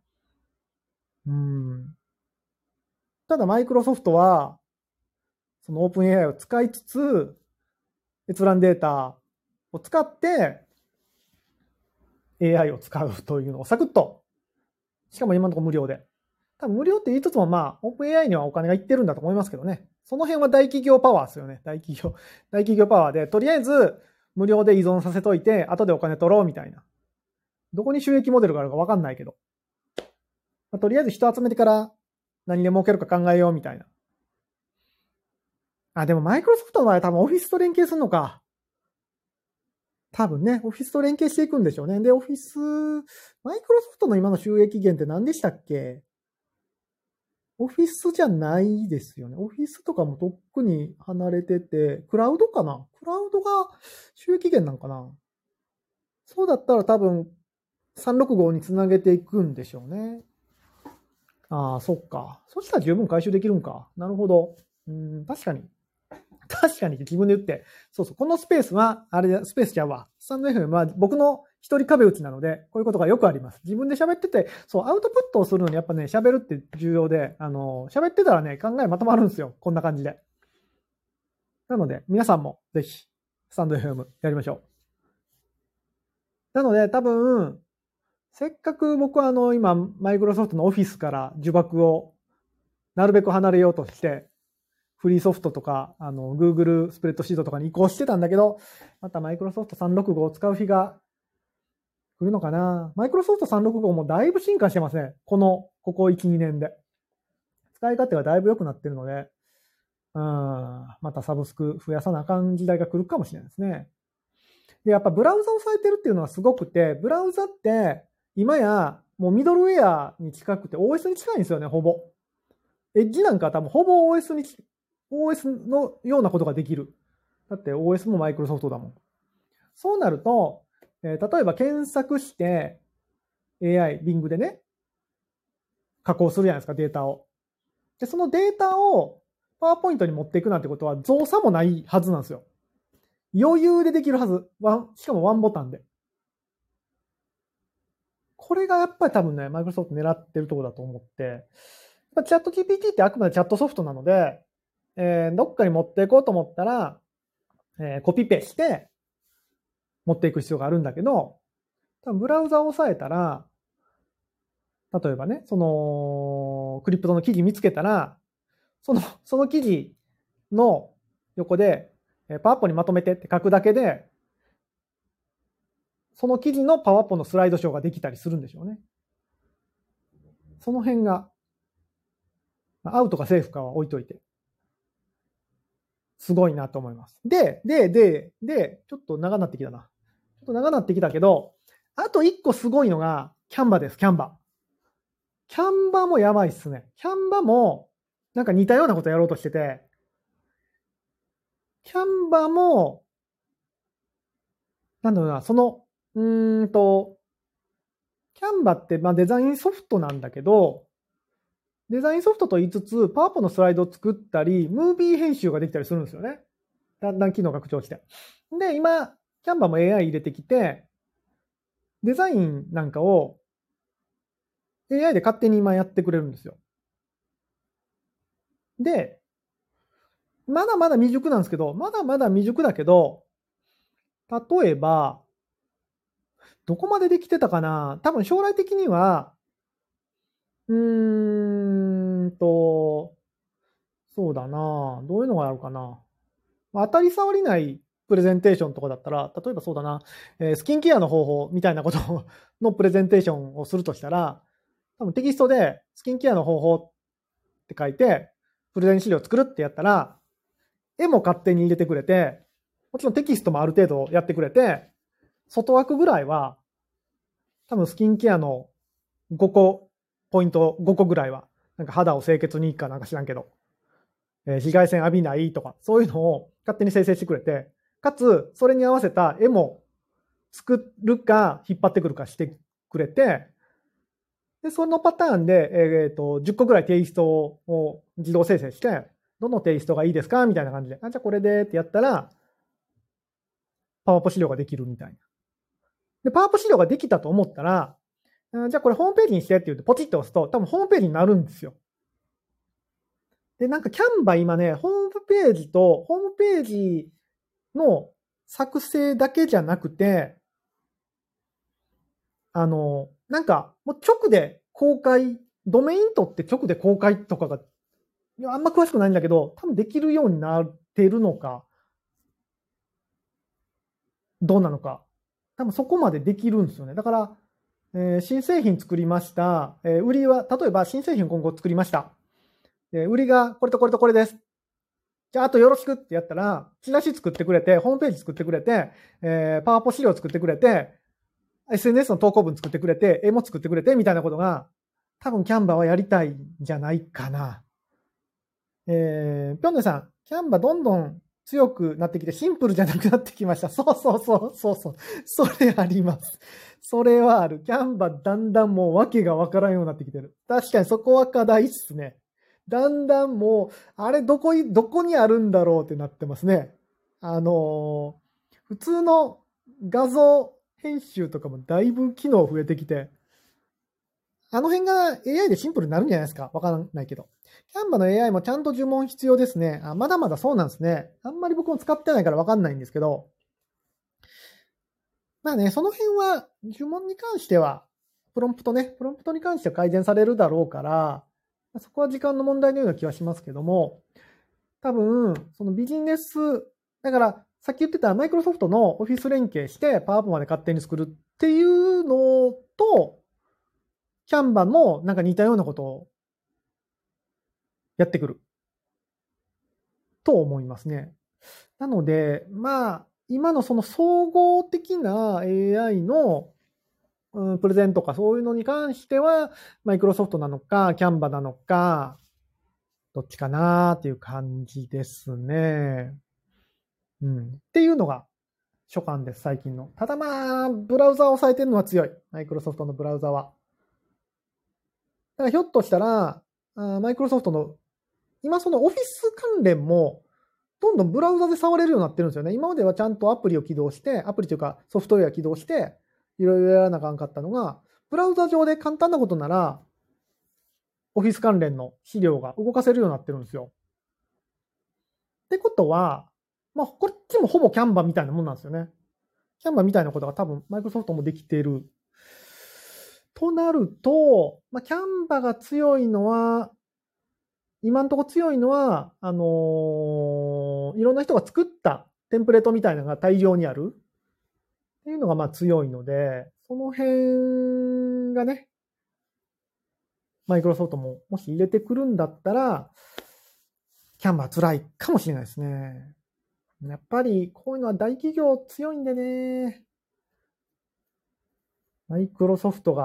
ただマイクロソフトは、そのオープン AI を使いつつ、閲覧データを使って AI を使うというのをサクッと。しかも今のところ無料で。多分無料って言いつつもまあ、オープン AI にはお金がいってるんだと思いますけどね。その辺は大企業パワーですよね。大企業パワーで、とりあえず無料で依存させといて、後でお金取ろうみたいな。どこに収益モデルがあるかわかんないけど。まあ、とりあえず人集めてから何で儲けるか考えようみたいな。あ、でもマイクロソフトの場合は多分オフィスと連携するのか。多分ね、オフィスと連携していくんでしょうね。で、マイクロソフトの今の収益源って何でしたっけ？オフィスじゃないですよね。オフィスとかもとっくに離れてて、クラウドかな？クラウドが収益源なんかな？そうだったら多分365につなげていくんでしょうね。ああ、そっか。そしたら十分回収できるんか。なるほど。確かに自分で言って。そうそう。このスペースは、スペースちゃうわ。スタンド FM は僕の一人壁打ちなので、こういうことがよくあります。自分で喋ってて、そう、アウトプットをするのにやっぱね、喋るって重要で、喋ってたらね、考えまとまるんですよ。こんな感じで。なので、皆さんもぜひ、スタンド FM やりましょう。なので、多分、せっかく僕は今、マイクロソフトのオフィスから呪縛をなるべく離れようとして、フリーソフトとか、Google スプレッドシートとかに移行してたんだけど、またマイクロソフト365を使う日が来るのかな。マイクロソフト365もだいぶ進化してますね。ここ1、2年で。使い勝手がだいぶ良くなってるので、またサブスク増やさなあかん時代が来るかもしれないですね。で、やっぱブラウザをされてるっていうのはすごくて、ブラウザって今やもうミドルウェアに近くて OS に近いんですよね、ほぼ。エッジなんか多分ほぼ OS のようなことができる。だって OS もマイクロソフトだもん。そうなると、例えば検索して AI、Bing でね、 加工するじゃないですか、データを。で、そのデータをパワーポイントに持っていくなんてことは造作もないはずなんですよ。余裕でできるはず。しかもワンボタンで。これがやっぱり多分ね、マイクロソフト狙ってるところだと思って、チャット GPT ってあくまでチャットソフトなので、どっかに持っていこうと思ったら、コピペして持っていく必要があるんだけど、多分ブラウザを押さえたら、例えばね、そのクリプトの記事見つけたら、その記事の横で、パワポにまとめてって書くだけで、その記事のパワポのスライドショーができたりするんでしょうね。その辺が、アウトかセーフかは置いといて、すごいなと思います。で、ちょっと長なってきたな。ちょっと長なってきたけど、あと一個すごいのが、キャンバです、キャンバ。キャンバもやばいっすね。キャンバも、なんか似たようなことやろうとしてて、キャンバも、なんだろうな、キャンバって、デザインソフトなんだけど、デザインソフトと言いつつ、パワポのスライドを作ったり、ムービー編集ができたりするんですよね。だんだん機能が拡張して。で、今、キャンバも AI 入れてきて、デザインなんかを AI で勝手に今やってくれるんですよ。で、まだまだ未熟なんですけど、まだまだ未熟だけど、例えば、どこまでできてたかな？多分将来的には、そうだな。どういうのがあるかな。当たり障りないプレゼンテーションとかだったら、例えばそうだな、スキンケアの方法みたいなことのプレゼンテーションをするとしたら、多分テキストでスキンケアの方法って書いて、プレゼン資料を作るってやったら、絵も勝手に入れてくれて、もちろんテキストもある程度やってくれて、外枠ぐらいは、多分スキンケアの5個、ポイント5個ぐらいは、なんか肌を清潔にいいかなんか知らんけど、紫外線浴びないとか、そういうのを勝手に生成してくれて、かつ、それに合わせた絵も作るか引っ張ってくるかしてくれて、で、そのパターンで、10個ぐらいテイストを自動生成して、どのテイストがいいですかみたいな感じで、じゃあこれでってやったら、パワポ資料ができるみたいな。で、パワポ資料ができたと思ったら、じゃあこれホームページにしてって言ってポチッと押すと、多分ホームページになるんですよ。で、なんかキャンバ今ね、ホームページの作成だけじゃなくて、なんかもう直で公開、ドメイン取って直で公開とかが、いやあんま詳しくないんだけど、多分できるようになってるのか、どうなのか。多分そこまでできるんですよね。だから、新製品作りました。売りは、例えば新製品今後作りました。売りがこれとこれとこれです。じゃあ、あとよろしくってやったら、チラシ作ってくれて、ホームページ作ってくれて、パワポ資料作ってくれて、SNS の投稿文作ってくれて、絵も作ってくれて、みたいなことが、多分キャンバーはやりたいんじゃないかな。ぴょんねさん、キャンバーどんどん強くなってきて、シンプルじゃなくなってきました。そう。それあります。それはある。キャンバーだんだんもう訳がわからんようになってきてる。確かにそこは課題っすね。だんだんもう、あれどこにあるんだろうってなってますね。普通の画像編集とかもだいぶ機能増えてきて、あの辺が AI でシンプルになるんじゃないですか？わからないけど。キャンバの AI もちゃんと呪文必要ですね。まだまだそうなんですね。あんまり僕も使ってないからわかんないんですけど。まあね、その辺は呪文に関しては、プロンプトに関しては改善されるだろうから、そこは時間の問題のような気はしますけども、多分、そのビジネス、だから、さっき言ってたマイクロソフトのオフィス連携してパワポまで勝手に作るっていうのと、キャンバもなんか似たようなことをやってくると思いますね。なので、今のその総合的な AI のプレゼンとかそういうのに関しては、マイクロソフトなのか、キャンバなのか、どっちかなっていう感じですね。っていうのが所感です、最近の。ただブラウザを抑えてるのは強い。マイクロソフトのブラウザは。 からひょっとしたら、マイクロソフトの、今そのオフィス関連も、どんどんブラウザで触れるようになってるんですよね。今まではちゃんとアプリを起動して、アプリというかソフトウェア起動して、いろいろやらなあかんかったのが、ブラウザ上で簡単なことなら、オフィス関連の資料が動かせるようになってるんですよ。ってことは、まあ、こっちもほぼキャンバみたいなもんなんですよね。キャンバみたいなことが多分、マイクロソフトもできている。となると、まあ、キャンバが強いのは、今のところ強いのは、いろんな人が作ったテンプレートみたいなのが大量にあるっていうのがまあ強いので、その辺がね、マイクロソフトももし入れてくるんだったら、キャンバー辛いかもしれないですね。やっぱりこういうのは大企業強いんでね、マイクロソフト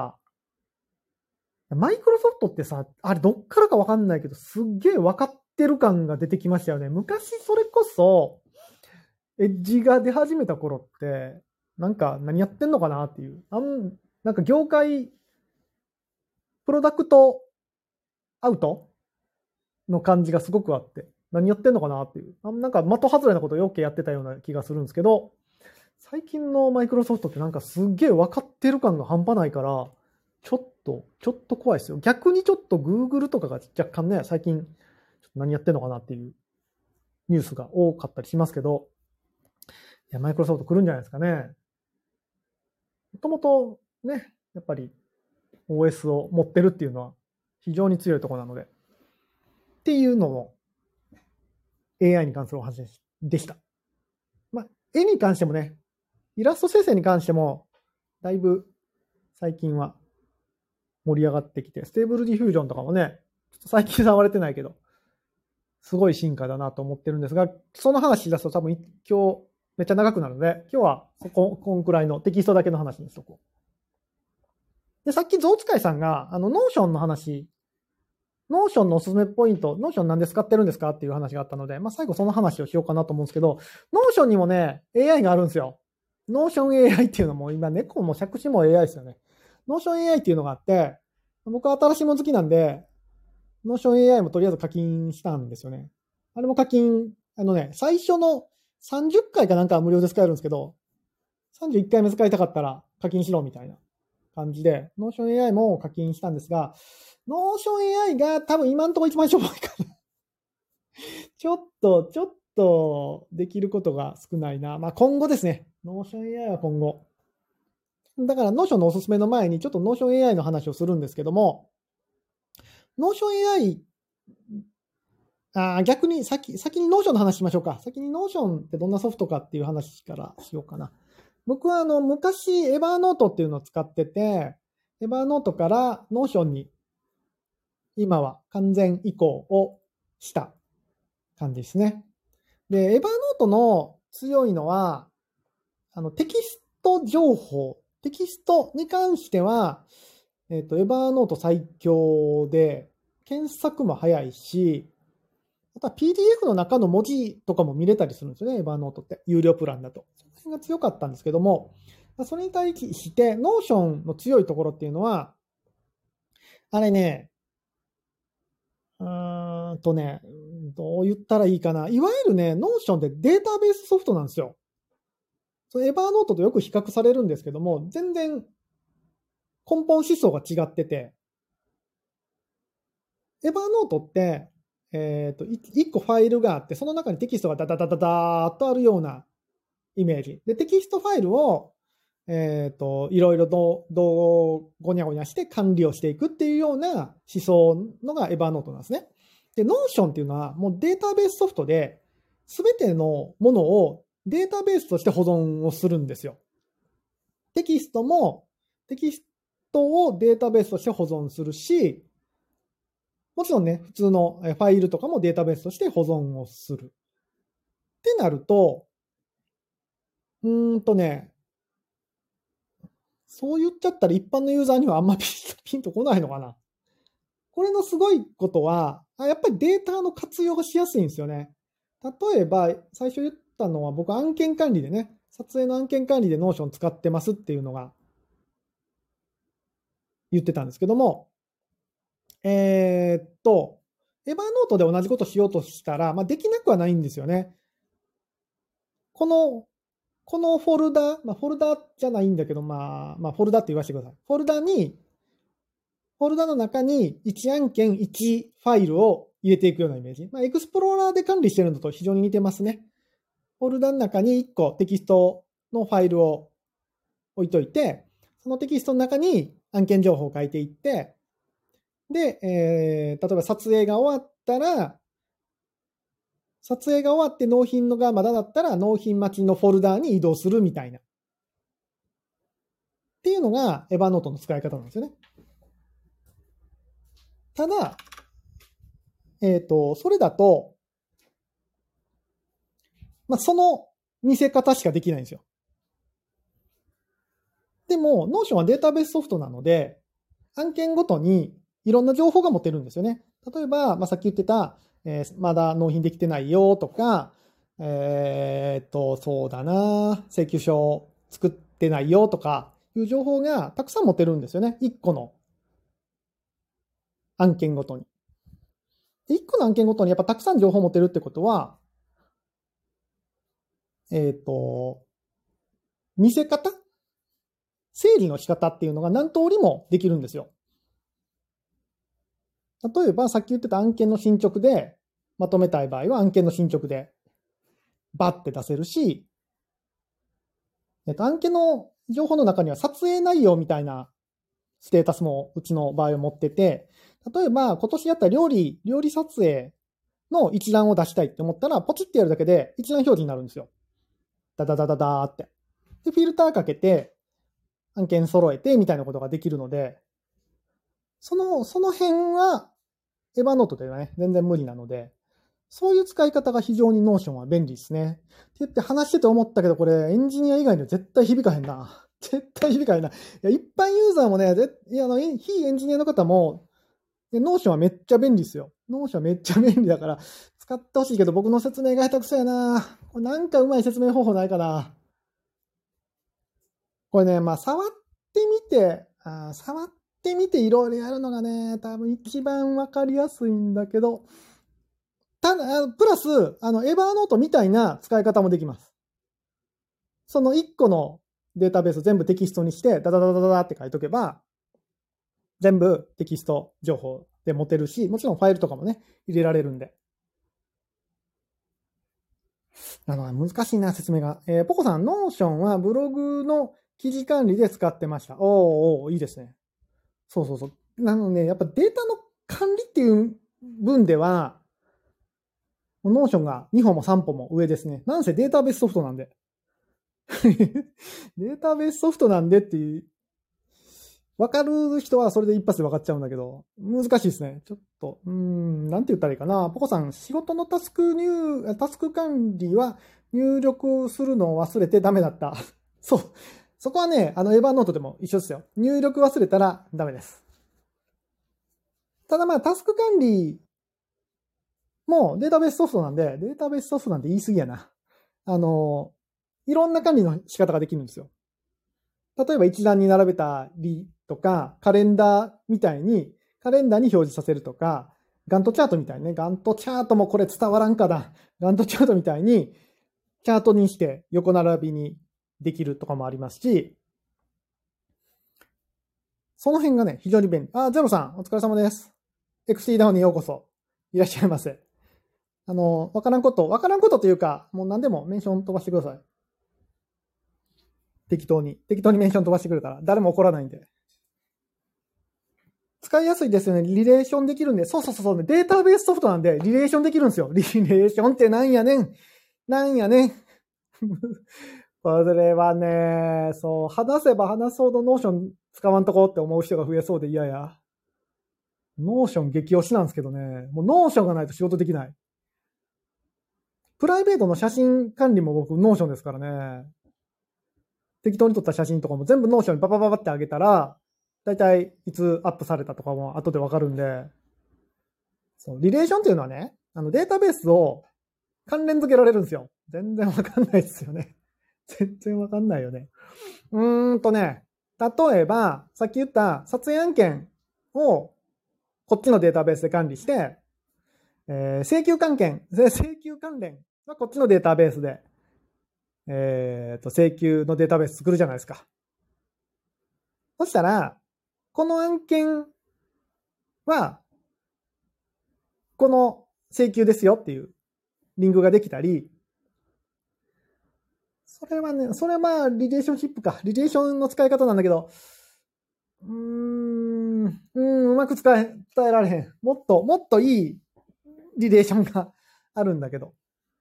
ってさ、あれどっからかわかんないけど、すっげえ分かってる感が出てきましたよね。昔それこそ、エッジが出始めた頃って、なんか何やってんのかなっていう。なんか業界、プロダクトアウトの感じがすごくあって、何やってんのかなっていう。なんか的外れなことをよくやってたような気がするんですけど、最近のマイクロソフトってなんかすっげえ分かってる感が半端ないから、ちょっと怖いですよ。逆にちょっと Google とかが若干ね、最近何やってんのかなっていうニュースが多かったりしますけど、いや、マイクロソフト来るんじゃないですかね。もともとね、やっぱり OS を持ってるっていうのは非常に強いところなので、っていうのも AI に関するお話でした。まあ、絵に関してもね、イラスト生成に関しても、だいぶ最近は盛り上がってきて、ステーブルディフュージョンとかもね、ちょっと最近触れてないけど、すごい進化だなと思ってるんですが、その話し出すと多分今日めっちゃ長くなるので、今日はこんくらいのテキストだけの話にしとこう。で、さっきゾウ使いさんが、ノーションの話、ノーションのおすすめポイント、ノーションなんで使ってるんですかっていう話があったので、まあ最後その話をしようかなと思うんですけど、ノーションにもね、AI があるんですよ。ノーション AI っていうのも今猫も借子も AI ですよね。ノーション AI っていうのがあって、僕は新しいもの好きなんで、ノーション AI もとりあえず課金したんですよね。あれも課金、最初の30回かなんかは無料で使えるんですけど、31回目使いたかったら課金しろみたいな感じで、ノーション AI も課金したんですが、ノーション AI が多分今のところ一番しょぼいかな。ちょっとできることが少ないな。まあ今後ですね。ノーション AI は今後。だからノーションのおすすめの前にちょっとノーション AI の話をするんですけども、ノーション AI、逆に先にノーションの話しましょうか。先にノーションってどんなソフトかっていう話からしようかな。僕は昔エバーノートっていうのを使ってて、エバーノートからノーションに今は完全移行をした感じですね。で、エバーノートの強いのは、テキスト情報、テキストに関しては、エバーノート最強で、検索も早いし、あとは PDF の中の文字とかも見れたりするんですよね、エバーノートって。有料プランだと。その辺が強かったんですけども、それに対して、ノーションの強いところっていうのは、あれね、どう言ったらいいかな。いわゆるね、ノーションってデータベースソフトなんですよ。エバーノートとよく比較されるんですけども、全然根本思想が違ってて、エバーノートって、1個ファイルがあって、その中にテキストがダダダダダーっとあるようなイメージ。で、テキストファイルを、いろいろとごにゃごにゃして管理をしていくっていうような思想のがエバーノートなんですね。で、ノーションっていうのはもうデータベースソフトで、すべてのものをデータベースとして保存をするんですよ。テキストをデータベースとして保存するし、もちろんね、普通のファイルとかもデータベースとして保存をする。ってなると、そう言っちゃったら一般のユーザーにはあんまピンとこないのかな。これのすごいことは、やっぱりデータの活用がしやすいんですよね。例えば、最初言ったのは僕案件管理でね、撮影の案件管理でノーション使ってますっていうのが言ってたんですけども、 エヴァノートで同じことしようとしたら、できなくはないんですよね。このフォルダ、フォルダじゃないんだけど、フォルダって言わせてください。フォルダの中に1案件1ファイルを入れていくようなイメージ。エクスプローラーで管理してるのと非常に似てますね。フォルダの中に1個テキストのファイルを置いといて、そのテキストの中に案件情報を書いていって、で、例えば撮影が終わって納品のがまだだったら納品待ちのフォルダに移動するみたいな。っていうのがエヴァノートの使い方なんですよね。ただ、それだと、その見せ方しかできないんですよ。でも、ノーションはデータベースソフトなので、案件ごとにいろんな情報が持てるんですよね。例えば、さっき言ってた、まだ納品できてないよとか、そうだな、請求書作ってないよとかいう情報がたくさん持てるんですよね。1個の案件ごとに。1個の案件ごとにやっぱたくさん情報を持てるってことは、見せ方整理の仕方っていうのが何通りもできるんですよ。例えばさっき言ってた案件の進捗でまとめたい場合は案件の進捗でバッて出せるし、案件の情報の中には撮影内容みたいなステータスもうちの場合は持ってて、例えば今年やった料理撮影の一覧を出したいって思ったら、ポチってやるだけで一覧表示になるんですよ。ダダダダダーって。で、フィルターかけて、案件揃えてみたいなことができるので、その辺は、エヴァノートではね、全然無理なので、そういう使い方が非常にノーションは便利ですね。って言って話してて思ったけど、これエンジニア以外には絶対響かへんな。絶対響かへんな。一般ユーザーもね、非エンジニアの方も、ノーションはめっちゃ便利ですよ。ノーションはめっちゃ便利だから、使ってほしいけど、僕の説明が下手くそやな。これなんかうまい説明方法ないかな。これね、触ってみていろいろやるのがね、多分一番わかりやすいんだけど、ただ、プラス、エヴァーノートみたいな使い方もできます。その1個のデータベース全部テキストにして、ダダダダダって書いとけば、全部テキスト情報で持てるし、もちろんファイルとかもね、入れられるんで。難しいな、説明が。ポコさん、ノーションはブログの記事管理で使ってました。おー、いいですね。そうそうそう。なので、やっぱデータの管理っていう分では、ノーションが2歩も3歩も上ですね。なんせデータベースソフトなんで。データベースソフトなんでっていう、わかる人はそれで一発で分かっちゃうんだけど、難しいですね。ちょっと、なんて言ったらいいかな。ポコさん、仕事のタスク管理は入力するのを忘れてダメだった。そう。そこはね、エヴァノートでも一緒ですよ。入力忘れたらダメです。ただタスク管理もうデータベースソフトなんで、データベースソフトなんて言い過ぎやな。いろんな管理の仕方ができるんですよ。例えば一覧に並べたりとか、カレンダーみたいに、カレンダーに表示させるとか、ガントチャートみたいにね、ガントチャートもこれ伝わらんかな。ガントチャートみたいに、チャートにして横並びにできるとかもありますし、その辺がね、非常に便利。ゼロさん、お疲れ様です。XT ダウンにようこそ。いらっしゃいませ。わからんことというか、もう何でもメンション飛ばしてください。適当にメンション飛ばしてくれたら、誰も怒らないんで。使いやすいですよね。リレーションできるんで。そう。データベースソフトなんで、リレーションできるんですよ。リレーションってなんやねん。これはね、そう、話せば話すほどノーション使わんとこって思う人が増えそうで嫌や。ノーション激推しなんですけどね。もうノーションがないと仕事できない。プライベートの写真管理も僕ノーションですからね。適当に撮った写真とかも全部ノーションにババババってあげたら、だいたいいつアップされたとかも後でわかるんで、そう、リレーションっていうのはね、データベースを関連付けられるんですよ。全然わかんないですよね。全然わかんないよね。例えば、さっき言った撮影案件をこっちのデータベースで管理して、請求関連はこっちのデータベースで、請求のデータベース作るじゃないですか。そしたら、この案件は、この請求ですよっていうリンクができたり、それはリレーションシップか。リレーションの使い方なんだけど、うまく伝えられへん。もっといいリレーションがあるんだけど。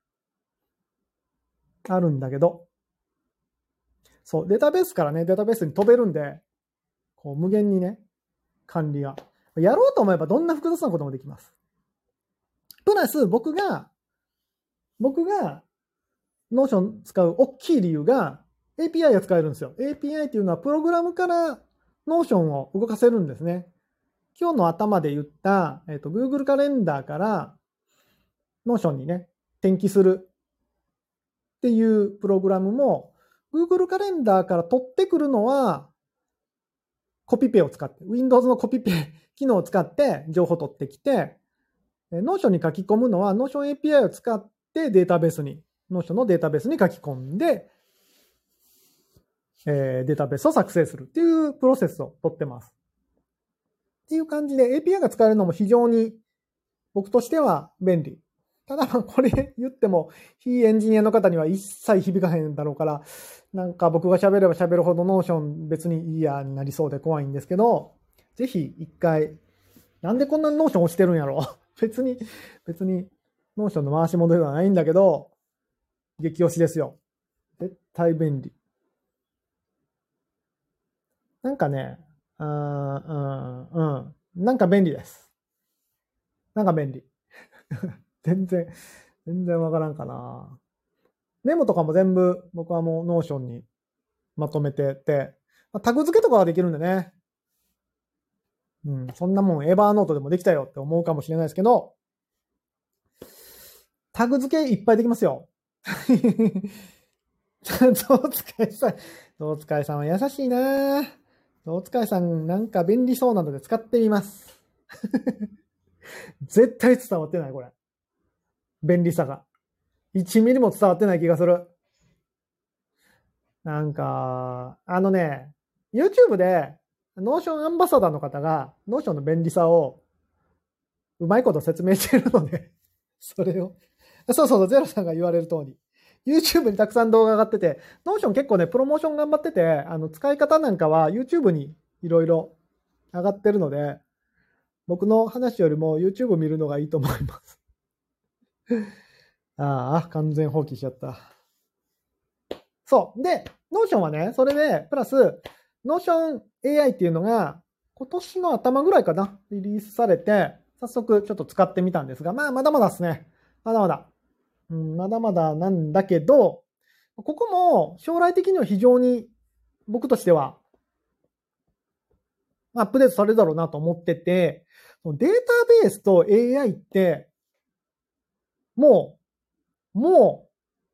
そう、データベースからね、データベースに飛べるんで、こう無限にね、管理が。やろうと思えばどんな複雑なこともできます。プラス、僕が、ノーション使う大きい理由が、API が使えるんですよ。API っていうのは、プログラムからノーションを動かせるんですね。今日の頭で言った、Google カレンダーからノーションにね、転記するっていうプログラムも、Google カレンダーから取ってくるのは、コピペを使って、Windows のコピペ機能を使って情報を取ってきて、ノーションに書き込むのは、ノーション API を使ってノーションのデータベースに書き込んで、データベースを作成するっていうプロセスを取ってます。っていう感じで API が使えるのも非常に僕としては便利。ただこれ言っても非エンジニアの方には一切響かへんだろうから、なんか僕が喋れば喋るほどノーション別にいいやになりそうで怖いんですけど、ぜひ一回、なんでこんなにノーション押してるんやろ別にノーションの回し物ではないんだけど、激推しですよ。絶対便利。なんかね、なんか便利です。なんか便利。全然わからんかな。メモとかも全部僕はもうノーションにまとめてて、タグ付けとかはできるんでね。そんなもんエバーノートでもできたよって思うかもしれないですけど、タグ付けいっぱいできますよ。ゾウ使いさんは優しいな。ゾウ使いさんなんか便利そうなので使ってみます。絶対伝わってないこれ。便利さが。1ミリも伝わってない気がする。なんか、YouTube で、ノーションアンバサダーの方が、ノーションの便利さを、うまいこと説明しているので、それを。そう、ゼロさんが言われる通り。YouTube にたくさん動画上がってて、ノーション結構ね、プロモーション頑張ってて、使い方なんかは YouTube にいろいろ上がってるので、僕の話よりも YouTube 見るのがいいと思います。完全放棄しちゃった。そう。で、ノーションはね、それで、プラス、ノーション AI っていうのが、今年の頭ぐらいかな、リリースされて、早速ちょっと使ってみたんですが、まだまだですね。まだまだ。まだまだなんだけど、ここも将来的には非常に僕としては、アップデートされるだろうなと思ってて、データベースと AI って、もう、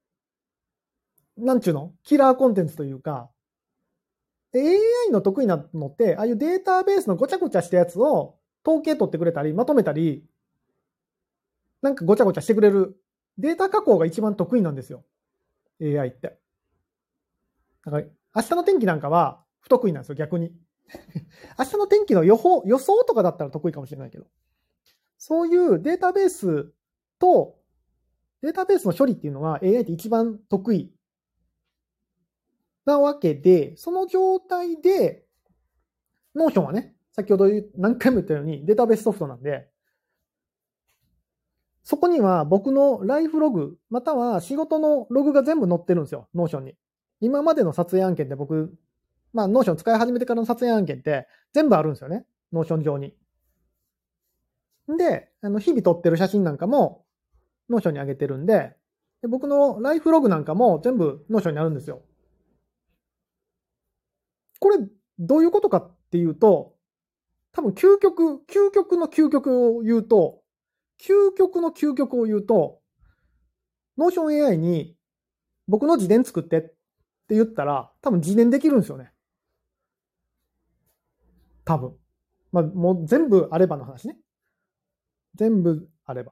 なんちゅうのキラーコンテンツというか、AI の得意なのって、ああいうデータベースのごちゃごちゃしたやつを統計取ってくれたり、まとめたり、なんかごちゃごちゃしてくれるデータ加工が一番得意なんですよ。AI って。だから明日の天気なんかは不得意なんですよ、逆に。明日の天気の予想とかだったら得意かもしれないけど。そういうデータベースの処理っていうのが AI って一番得意なわけで、その状態で、ノーションはね、先ほど何回も言ったようにデータベースソフトなんで、そこには僕のライフログ、または仕事のログが全部載ってるんですよ、ノーションに。今までの撮影案件って僕、ノーション使い始めてからの撮影案件って全部あるんですよね、ノーション上に。で、日々撮ってる写真なんかもノーションに上げてるんで、僕のライフログなんかも全部ノーションにあるんですよ。これ、どういうことかっていうと、多分究極の究極を言うと、ノーション AI に僕の自伝作ってって言ったら、多分自伝できるんですよね。多分。 まあ、もう全部あればの話ね。全部あれば。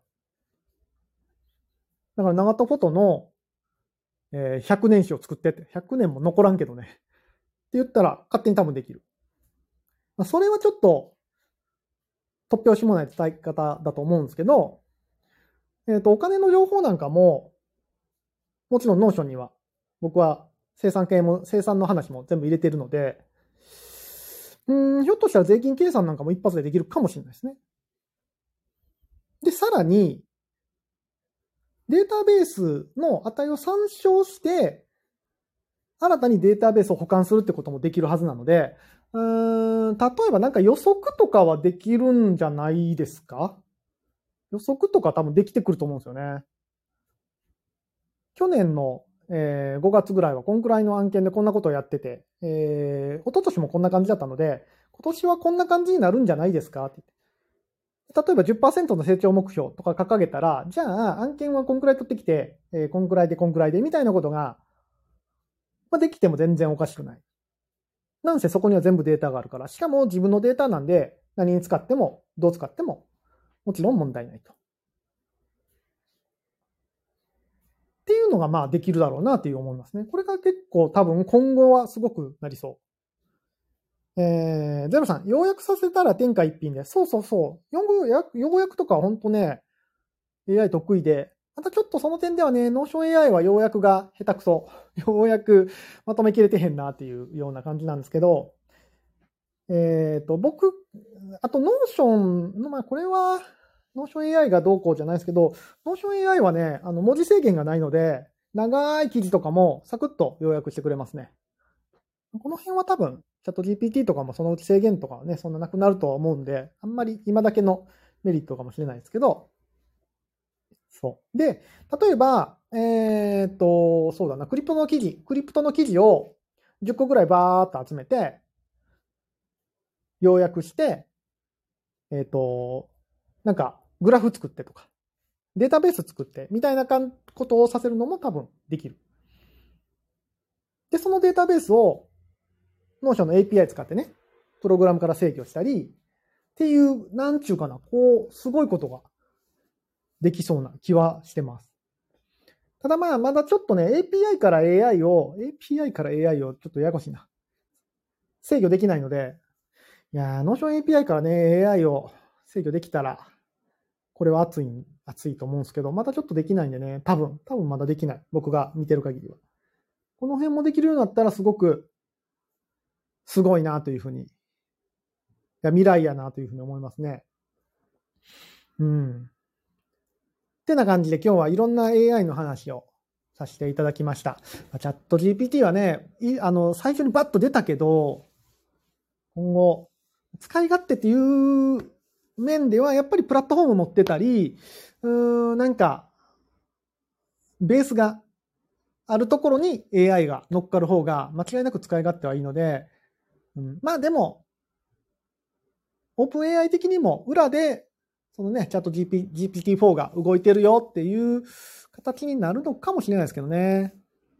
だから長戸フォトの、100年史を作ってって、100年も残らんけどね。って言ったら勝手に多分できる。まあ、それはちょっと突拍子もない伝え方だと思うんですけど、お金の情報なんかも、もちろんノーションには僕は生産の話も全部入れてるので、ひょっとしたら税金計算なんかも一発でできるかもしれないですね。で、さらに、データベースの値を参照して、新たにデータベースを保管するってこともできるはずなので、例えばなんか予測とかはできるんじゃないですか？予測とか多分できてくると思うんですよね。去年の、5月ぐらいはこんくらいの案件でこんなことをやってて、一昨年もこんな感じだったので、今年はこんな感じになるんじゃないですかって言って。例えば 10% の成長目標とか掲げたら、じゃあ案件はこんくらい取ってきて、こんくらいでこんくらいでみたいなことが、まあ、できても全然おかしくない。なんせそこには全部データがあるから、しかも自分のデータなんで何に使っても、どう使っても、もちろん問題ないと。っていうのがまあできるだろうなっていう思いますね。これが結構多分今後はすごくなりそう。ゼロさん、要約させたら天下一品で。そうそうそう。要約とか本当ね、AI 得意で、またちょっとその点ではね、ノーション AI は要約が下手くそ。ようやくまとめきれてへんなっていうような感じなんですけど、僕、あとノーションの、まあこれは、ノーション AI がどうこうじゃないですけど、ノーション AI はね、文字制限がないので、長い記事とかもサクッと要約してくれますね。この辺は多分、チャット GPT とかもそのうち制限とかはね、そんななくなるとは思うんで、あんまり今だけのメリットかもしれないですけど、そう。で、例えば、そうだな、クリプトの記事を10個ぐらいバーっと集めて、要約して、なんか、グラフ作ってとか、データベース作って、みたいなことをさせるのも多分できる。で、そのデータベースを、ノーションの API 使ってね、プログラムから制御したり、っていう、なんちゅうかな、こう、すごいことができそうな気はしてます。ただまあ、まだちょっとね、API から AI をちょっとややこしいな。制御できないので、いやー、ノーション API からね、AI を制御できたら、これは熱いと思うんですけど、まだちょっとできないんでね、多分まだできない。僕が見てる限りは。この辺もできるようになったらすごく、すごいなというふうに、いや、未来やなというふうに思いますね。うん。ってな感じで今日はいろんな AI の話をさせていただきました。チャット GPT はね、最初にバッと出たけど、今後、使い勝手っていう面では、やっぱりプラットフォーム持ってたり、なんか、ベースがあるところに AI が乗っかる方が間違いなく使い勝手はいいので、まあでも、オープン AI 的にも裏で、そのね、チャット GPT-4 が動いてるよっていう形になるのかもしれないですけどね。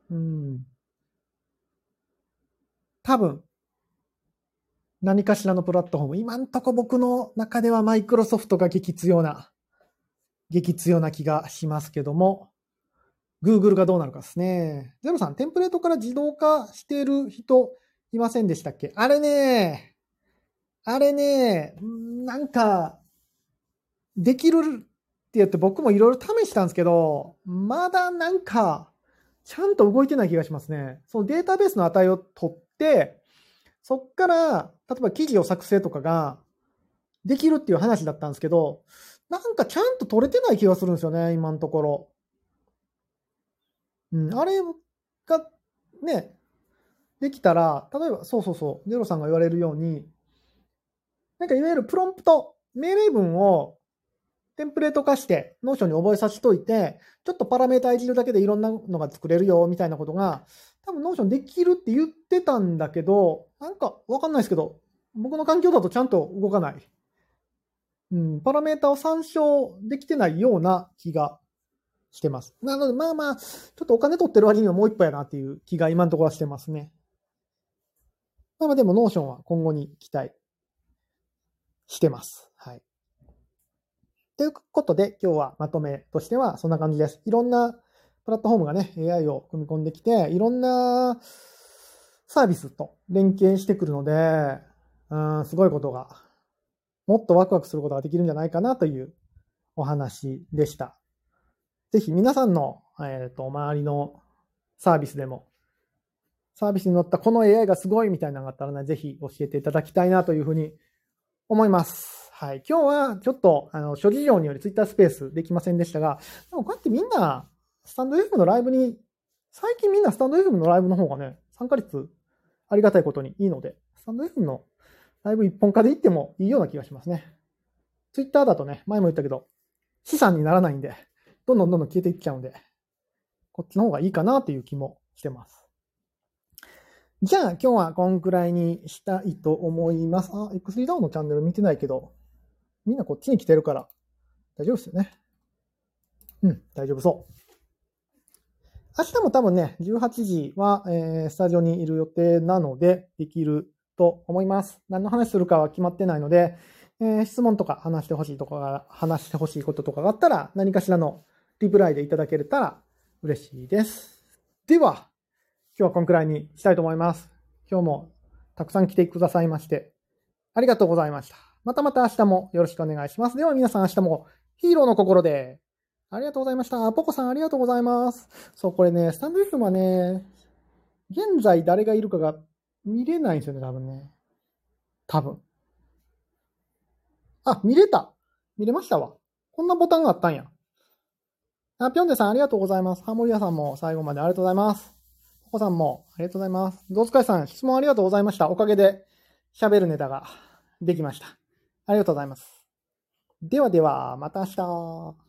多分、何かしらのプラットフォーム。今んとこ僕の中ではマイクロソフトが激強な気がしますけども、Google がどうなるかですね。ゼロさん、テンプレートから自動化している人いませんでしたっけ？あれね、なんか、できるって言って僕もいろいろ試したんですけど、まだなんか、ちゃんと動いてない気がしますね。そのデータベースの値を取って、そっから、例えば記事を作成とかができるっていう話だったんですけど、なんかちゃんと取れてない気がするんですよね、今のところ。あれがね、できたら、例えば、ゼロさんが言われるように、なんかいわゆるプロンプト、命令文をテンプレート化して、ノーションに覚えさせといて、ちょっとパラメータいじるだけでいろんなのが作れるよ、みたいなことが、多分ノーションできるって言ってたんだけど、なんかわかんないですけど、僕の環境だとちゃんと動かない。パラメータを参照できてないような気がしてます。なので、まあまあ、ちょっとお金取ってる割にはもう一歩やなっていう気が今のところはしてますね。まあまあでもノーションは今後に期待。 してます。はい。ということで、今日はまとめとしてはそんな感じです。いろんなプラットフォームがね、AI を組み込んできて、いろんなサービスと連携してくるので、すごいことが、もっとワクワクすることができるんじゃないかなというお話でした。ぜひ皆さんの、周りのサービスでも、サービスに載ったこの AI がすごいみたいなのがあったらね、ぜひ教えていただきたいなというふうに思います。はい。今日はちょっと、諸事情により Twitter スペースできませんでしたが、でもこうやってみんな、スタンド FM のライブに、最近みんなスタンド FM のライブの方がね、参加率ありがたいことにいいので、スタンド FM のライブ一本化で行ってもいいような気がしますね。Twitter だとね、前も言ったけど、資産にならないんで、どんどん消えていっちゃうんで、こっちの方がいいかなという気もしてます。じゃあ今日はこんくらいにしたいと思います。X3 ダウンのチャンネル見てないけど、みんなこっちに来てるから大丈夫ですよね。大丈夫そう。明日も多分ね、18時は、スタジオにいる予定なので、できると思います。何の話するかは決まってないので、質問とか話してほしいこととかがあったら、何かしらのリプライでいただけたら嬉しいです。では、今日はこんくらいにしたいと思います。今日もたくさん来てくださいまして、ありがとうございました。また明日もよろしくお願いします。では皆さん明日もヒーローの心で。ありがとうございました。ポコさんありがとうございます。そう、これね、スタンド FM はね、現在誰がいるかが見れないんですよね、多分ね。見れた。見れましたわ。こんなボタンがあったんや。ぴょんでさんありがとうございます。ハーモリアさんも最後までありがとうございます。ポコさんもありがとうございます。ゾウスカイさん質問ありがとうございました。おかげで喋るネタができました。ありがとうございます。ではでは、また明日。